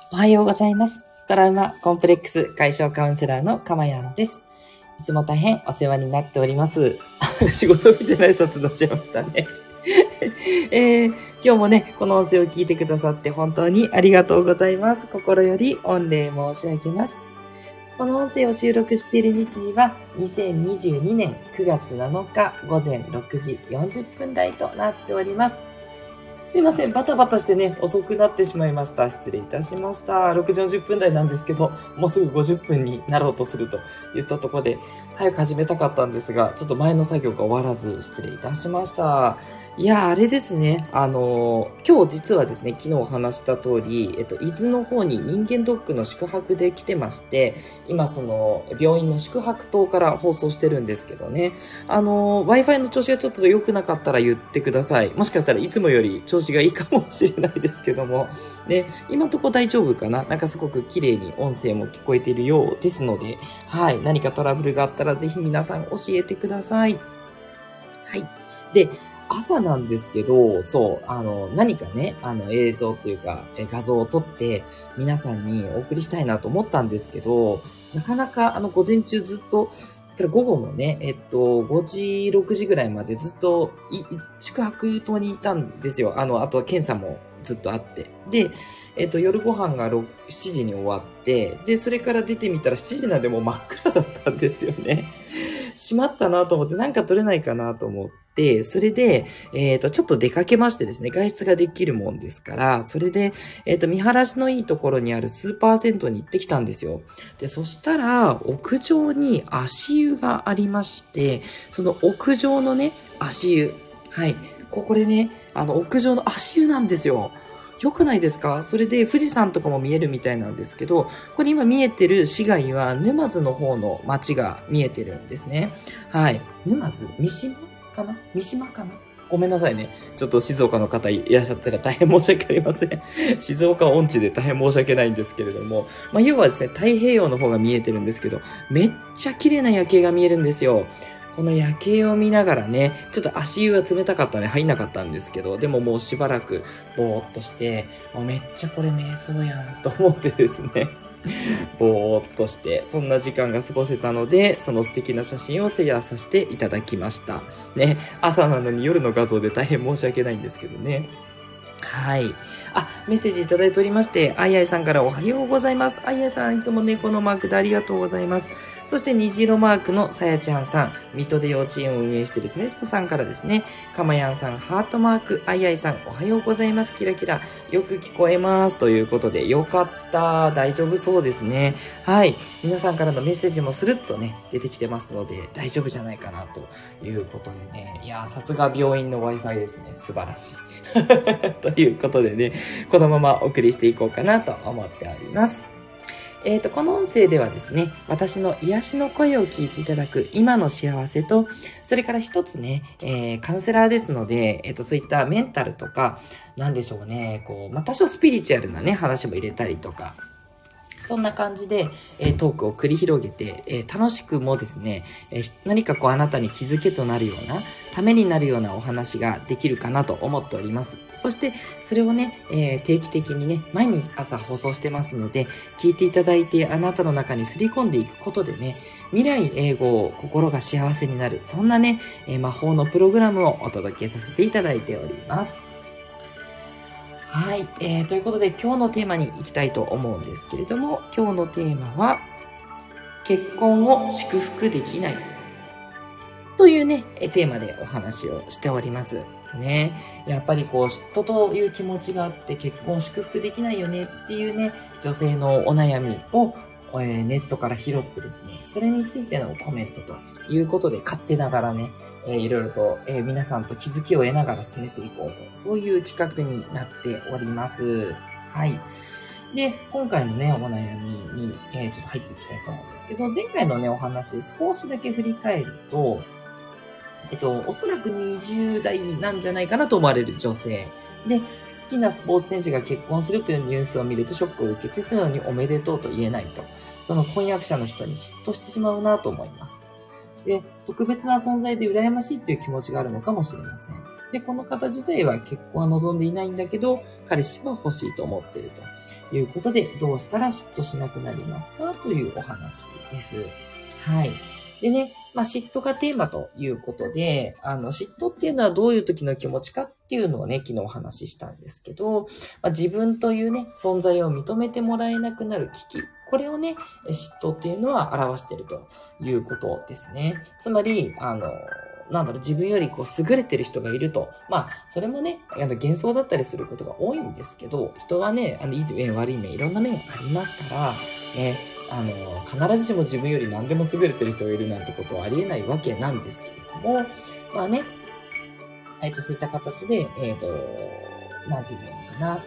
おはようございます。トラウマコンプレックス解消カウンセラーのかまやんです。いつも大変お世話になっております。仕事みたいな挨拶になっちゃいましたね。今日もね、この音声を聞いてくださって本当にありがとうございます。心より御礼申し上げます。この音声を収録している日時は2022年9月7日午前6時40分台となっております。すいません。バタバタしてね、遅くなってしまいました。失礼いたしました。6時40分台なんですけど、もうすぐ50分になろうとすると言ったところで、早く始めたかったんですが、ちょっと前の作業が終わらず、失礼いたしました。いや、あれですね。今日実はですね、昨日お話した通り、伊豆の方に人間ドックの宿泊で来てまして、今その、病院の宿泊棟から放送してるんですけどね。Wi-Fi の調子がちょっと良くなかったら言ってください。もしかしたらいつもより調子がいいかもしれないですけども。ね、今のとこ大丈夫かな？なんかすごく綺麗に音声も聞こえているようですので、はい。何かトラブルがあったらぜひ皆さん教えてください。はい。で、朝なんですけど、そう、何かね、映像というか、画像を撮って皆さんにお送りしたいなと思ったんですけど、なかなか午前中ずっと、午後もね、5時、6時ぐらいまでずっと、宿泊棟にいたんですよ。あとは検査もずっとあって。で、夜ご飯が7時に終わって、で、それから出てみたら7時なんでもう真っ暗だったんですよね。しまったなと思って、なんか取れないかなと思って、それで、ちょっと出かけましてですね、外出ができるもんですから、それで、見晴らしのいいところにあるスーパー銭湯に行ってきたんですよ。で、そしたら、屋上に足湯がありまして、その屋上のね、足湯。はい。これね、屋上の足湯なんですよ。良くないですか？それで富士山とかも見えるみたいなんですけど、これ今見えてる市街は沼津の方の街が見えてるんですね。はい。沼津？三島かな？三島かな？ごめんなさいね。ちょっと静岡の方いらっしゃったら大変申し訳ありません。静岡音痴で大変申し訳ないんですけれども。要はですね、太平洋の方が見えてるんですけど、めっちゃ綺麗な夜景が見えるんですよ。この夜景を見ながらね、ちょっと足湯は冷たかったんで入んなかったんですけど、でももうしばらくぼーっとして、もうめっちゃこれ瞑想やんと思ってですね、ぼーっとして、そんな時間が過ごせたので、その素敵な写真をシェアさせていただきました。ね、朝なのに夜の画像で大変申し訳ないんですけどね。はい。メッセージいただいておりまして、あいあいさんからおはようございます。あいあいさん、いつも猫のマークでありがとうございます。そして虹色マークのさやちゃんさん、水戸で幼稚園を運営しているさやささんからですね、かまやんさん、ハートマーク、あいあいさん、おはようございます。キラキラ、よく聞こえます。ということで、よかった。大丈夫そうですね。はい。皆さんからのメッセージもスルッとね、出てきてますので、大丈夫じゃないかな、ということでね。いやー、さすが病院の Wi-Fi ですね。素晴らしい。ということでね、このままお送りしていこうかなと思っております。この音声ではですね、私の癒しの声を聞いていただく今の幸せと、それから一つね、カウンセラーですので、そういったメンタルとか、なんでしょうね、多少スピリチュアルなね、話も入れたりとか、そんな感じで、トークを繰り広げて、楽しくもですね、何かあなたに気づけとなるような、ためになるようなお話ができるかなと思っております。そして、それをね、定期的にね、毎日朝放送してますので、聞いていただいて、あなたの中にすり込んでいくことでね、未来永劫、心が幸せになる、そんなね、魔法のプログラムをお届けさせていただいております。はい、ということで今日のテーマに行きたいと思うんですけれども、今日のテーマは結婚を祝福できないというね、テーマでお話をしておりますね。やっぱり嫉妬という気持ちがあって結婚を祝福できないよねっていうね、女性のお悩みをネットから拾ってですね、それについてのコメントということで勝手ながらね、いろいろと、皆さんと気づきを得ながら進めていこうと、そういう企画になっております。はい。で、今回のね、お悩みに、ちょっと入っていきたいと思うんですけど、前回のね、お話少しだけ振り返ると、おそらく20代なんじゃないかなと思われる女性。で、好きなスポーツ選手が結婚するというニュースを見るとショックを受けて素直におめでとうと言えないと。その婚約者の人に嫉妬してしまうなと思います。で、特別な存在で羨ましいという気持ちがあるのかもしれません。 で、この方自体は結婚は望んでいないんだけど、彼氏は欲しいと思っているということで、どうしたら嫉妬しなくなりますかというお話です。はい。でね、嫉妬がテーマということで、嫉妬っていうのはどういう時の気持ちかっていうのをね、昨日お話ししたんですけど、自分というね、存在を認めてもらえなくなる危機。これをね、嫉妬っていうのは表しているということですね。つまり、自分より優れてる人がいると。それもね、幻想だったりすることが多いんですけど、人はね、いい面、悪い面、いろんな面ありますから、ね、必ずしも自分より何でも優れてる人がいるなんてことはありえないわけなんですけれども、そういった形で、なんていうのかな、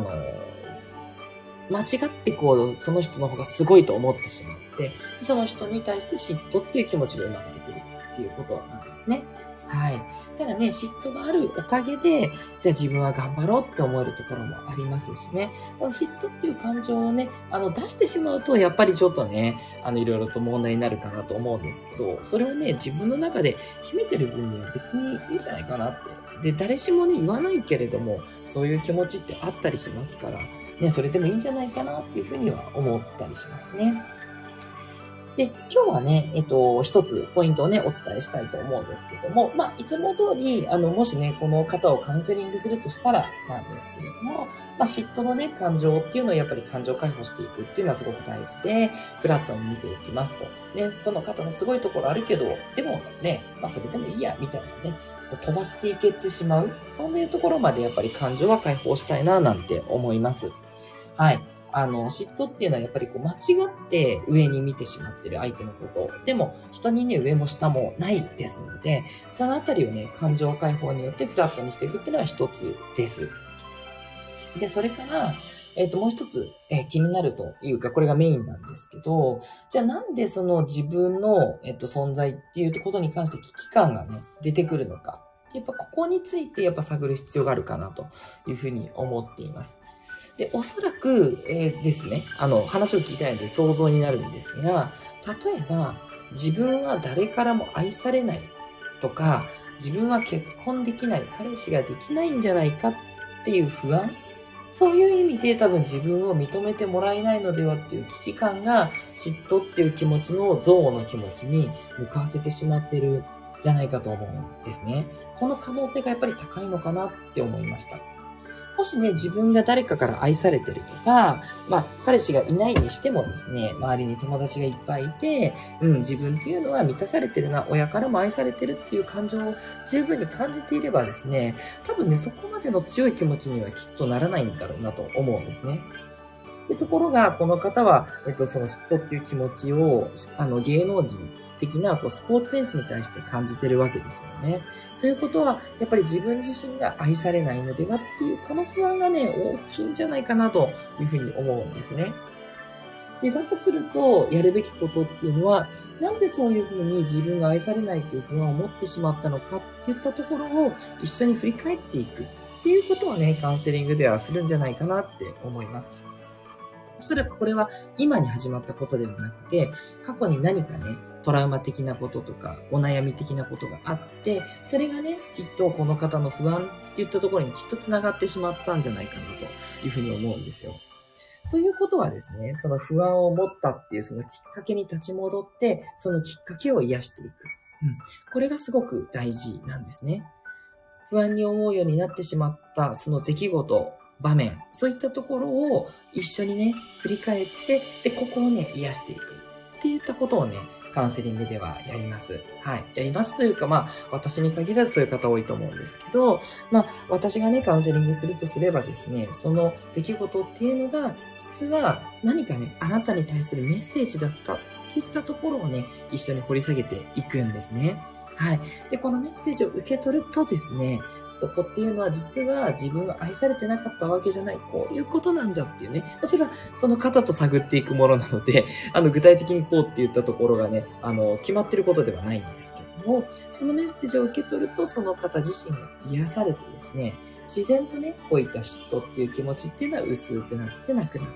間違ってその人の方がすごいと思ってしまって、その人に対して嫉妬っていう気持ちが生まれてくるっていうことなんですね。はい。ただね、嫉妬があるおかげで、じゃあ自分は頑張ろうって思えるところもありますしね。その嫉妬っていう感情をね、出してしまうと、やっぱりちょっとね、いろいろと問題になるかなと思うんですけど、それをね、自分の中で秘めてる分には別にいいんじゃないかなって。で、誰しもね、言わないけれども、そういう気持ちってあったりしますから、ね、それでもいいんじゃないかなっていうふうには思ったりしますね。で、今日はね、一つポイントをね、お伝えしたいと思うんですけども、いつも通り、もしね、この方をカウンセリングするとしたらなんですけれども、嫉妬のね、感情っていうのをやっぱり感情解放していくっていうのはすごく大事で、フラットに見ていきますと。ね、その方のすごいところあるけど、でもね、それでもいいや、みたいなね、飛ばしていけてしまう。そんなところまでやっぱり感情は解放したいな、なんて思います。はい。嫉妬っていうのはやっぱり間違って上に見てしまってる相手のこと。でも、人にね、上も下もないですので、そのあたりをね、感情解放によってフラットにしていくっていうのは一つです。で、それから、もう一つ、気になるというか、これがメインなんですけど、じゃあなんでその自分の、存在っていうことに関して危機感がね、出てくるのか。やっぱここについてやっぱ探る必要があるかなというふうに思っています。で、おそらく、ですね、話を聞いたので想像になるんですが、例えば、自分は誰からも愛されないとか、自分は結婚できない、彼氏ができないんじゃないかっていう不安、そういう意味で多分自分を認めてもらえないのではっていう危機感が嫉妬っていう気持ちの憎悪の気持ちに向かわせてしまってるんじゃないかと思うんですね。この可能性がやっぱり高いのかなって思いました。もしね、自分が誰かから愛されてるとか、彼氏がいないにしてもですね、周りに友達がいっぱいいて、自分っていうのは満たされてるな、親からも愛されてるっていう感情を十分に感じていればですね、多分ね、そこまでの強い気持ちにはきっとならないんだろうなと思うんですね。で、ところが、この方は、その嫉妬っていう気持ちを、芸能人的な、スポーツ選手に対して感じてるわけですよね。ということは、やっぱり自分自身が愛されないのではっていう、この不安がね、大きいんじゃないかなというふうに思うんですね。で、だとすると、やるべきことっていうのは、なんでそういうふうに自分が愛されないという不安を持ってしまったのかっていったところを一緒に振り返っていくっていうことをね、カウンセリングではするんじゃないかなって思います。おそらくこれは今に始まったことではなくて、過去に何かね、トラウマ的なこととか、お悩み的なことがあって、それがね、きっとこの方の不安っていったところにきっと繋がってしまったんじゃないかなというふうに思うんですよ。ということはですね、その不安を持ったっていうそのきっかけに立ち戻って、そのきっかけを癒していく。これがすごく大事なんですね。不安に思うようになってしまったその出来事、場面、そういったところを一緒にね、振り返って、で、ここをね、癒していくっていったことをね、カウンセリングではやります。はい。やりますというか、私に限らずそういう方多いと思うんですけど、私がね、カウンセリングするとすればですね、その出来事っていうのが、実は何かね、あなたに対するメッセージだったっていったところをね、一緒に掘り下げていくんですね。はい。で、このメッセージを受け取るとですね、そこっていうのは実は自分は愛されてなかったわけじゃない、こういうことなんだっていうね、それはその方と探っていくものなので、具体的にこうって言ったところがね、決まってることではないんですけども、そのメッセージを受け取ると、その方自身が癒されてですね、自然とね、こういった嫉妬っていう気持ちっていうのは薄くなってなくなって、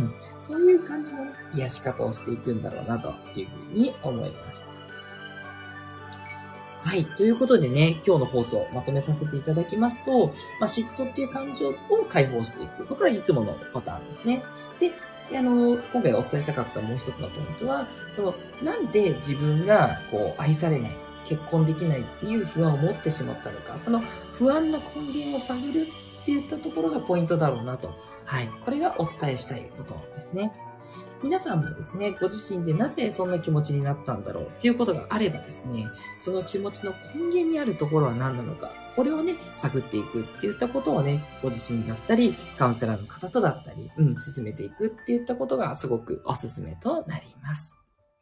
そういう感じの、ね、癒し方をしていくんだろうなというふうに思いました。 はい。ということでね、今日の放送まとめさせていただきますと、嫉妬っていう感情を解放していく。これはいつものパターンですね。で、今回お伝えしたかったもう一つのポイントは、なんで自分が、愛されない、結婚できないっていう不安を持ってしまったのか、その不安の根源を探るっていったところがポイントだろうなと。はい。これがお伝えしたいことですね。皆さんもですね、ご自身でなぜそんな気持ちになったんだろうっていうことがあればですね、その気持ちの根源にあるところは何なのか、これをね、探っていくっていったことをね、ご自身だったり、カウンセラーの方とだったり、進めていくっていったことがすごくおすすめとなります。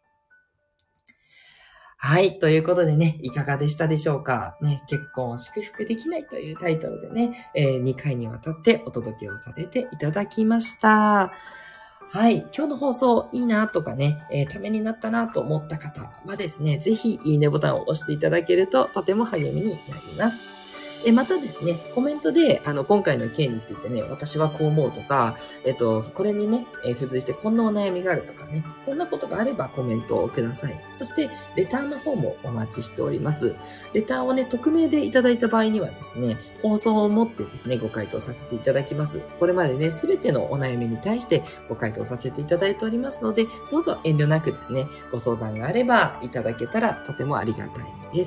はい。ということでね、いかがでしたでしょうかね、結婚を祝福できないというタイトルでね、2回にわたってお届けをさせていただきました。はい。今日の放送いいなとかね、ためになったなと思った方はですね、ぜひいいねボタンを押していただけるととても励みになります。またですね、コメントで、今回の件についてね、私はこう思うとか、これにね、付随してこんなお悩みがあるとかね、そんなことがあればコメントをください。そして、レターの方もお待ちしております。レターをね、匿名でいただいた場合にはですね、放送をもってですね、ご回答させていただきます。これまでね、すべてのお悩みに対してご回答させていただいておりますので、どうぞ遠慮なくですね、ご相談があればいただけたらとてもありがたいです。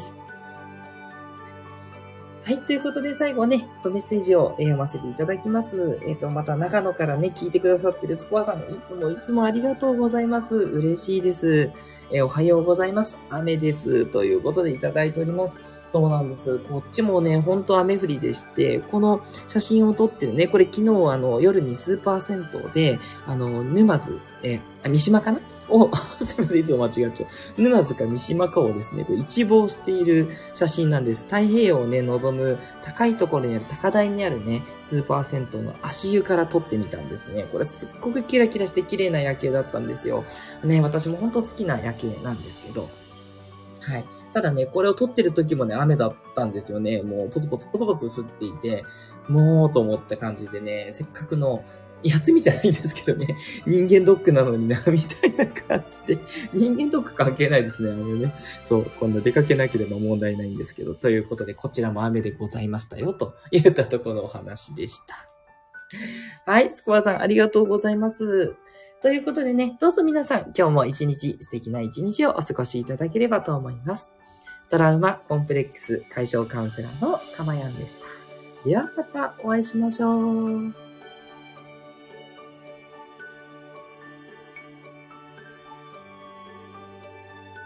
はい。ということで、最後ね、メッセージを読ませていただきます。また長野からね、聞いてくださってるスコアさん、いつもありがとうございます。嬉しいです。おはようございます。雨です。ということでいただいております。そうなんです。こっちもね、ほんと雨降りでして、この写真を撮ってるね、これ昨日夜にスーパー銭湯で、沼津、三島かなすみません、いつも間違っちゃう。沼津か三島かをですね、一望している写真なんです。太平洋をね、望む高いところにある、高台にあるね、スーパー銭湯の足湯から撮ってみたんですね。これすっごくキラキラして綺麗な夜景だったんですよ。ね、私も本当好きな夜景なんですけど。はい。ただね、これを撮ってる時もね、雨だったんですよね。もうポツポツ降っていて、もうと思った感じでね、せっかくの休みじゃないんですけどね、人間ドックなのにな、みたいな感じで、人間ドック関係ないですね、そう、今度出かけなければ問題ないんですけど、ということで、こちらも雨でございましたよ、といったところのお話でした。はい、スコアさんありがとうございます。ということでね、どうぞ皆さん、今日も一日、素敵な一日をお過ごしいただければと思います。トラウマコンプレックス解消カウンセラーのかまやんでした。ではまたお会いしましょう。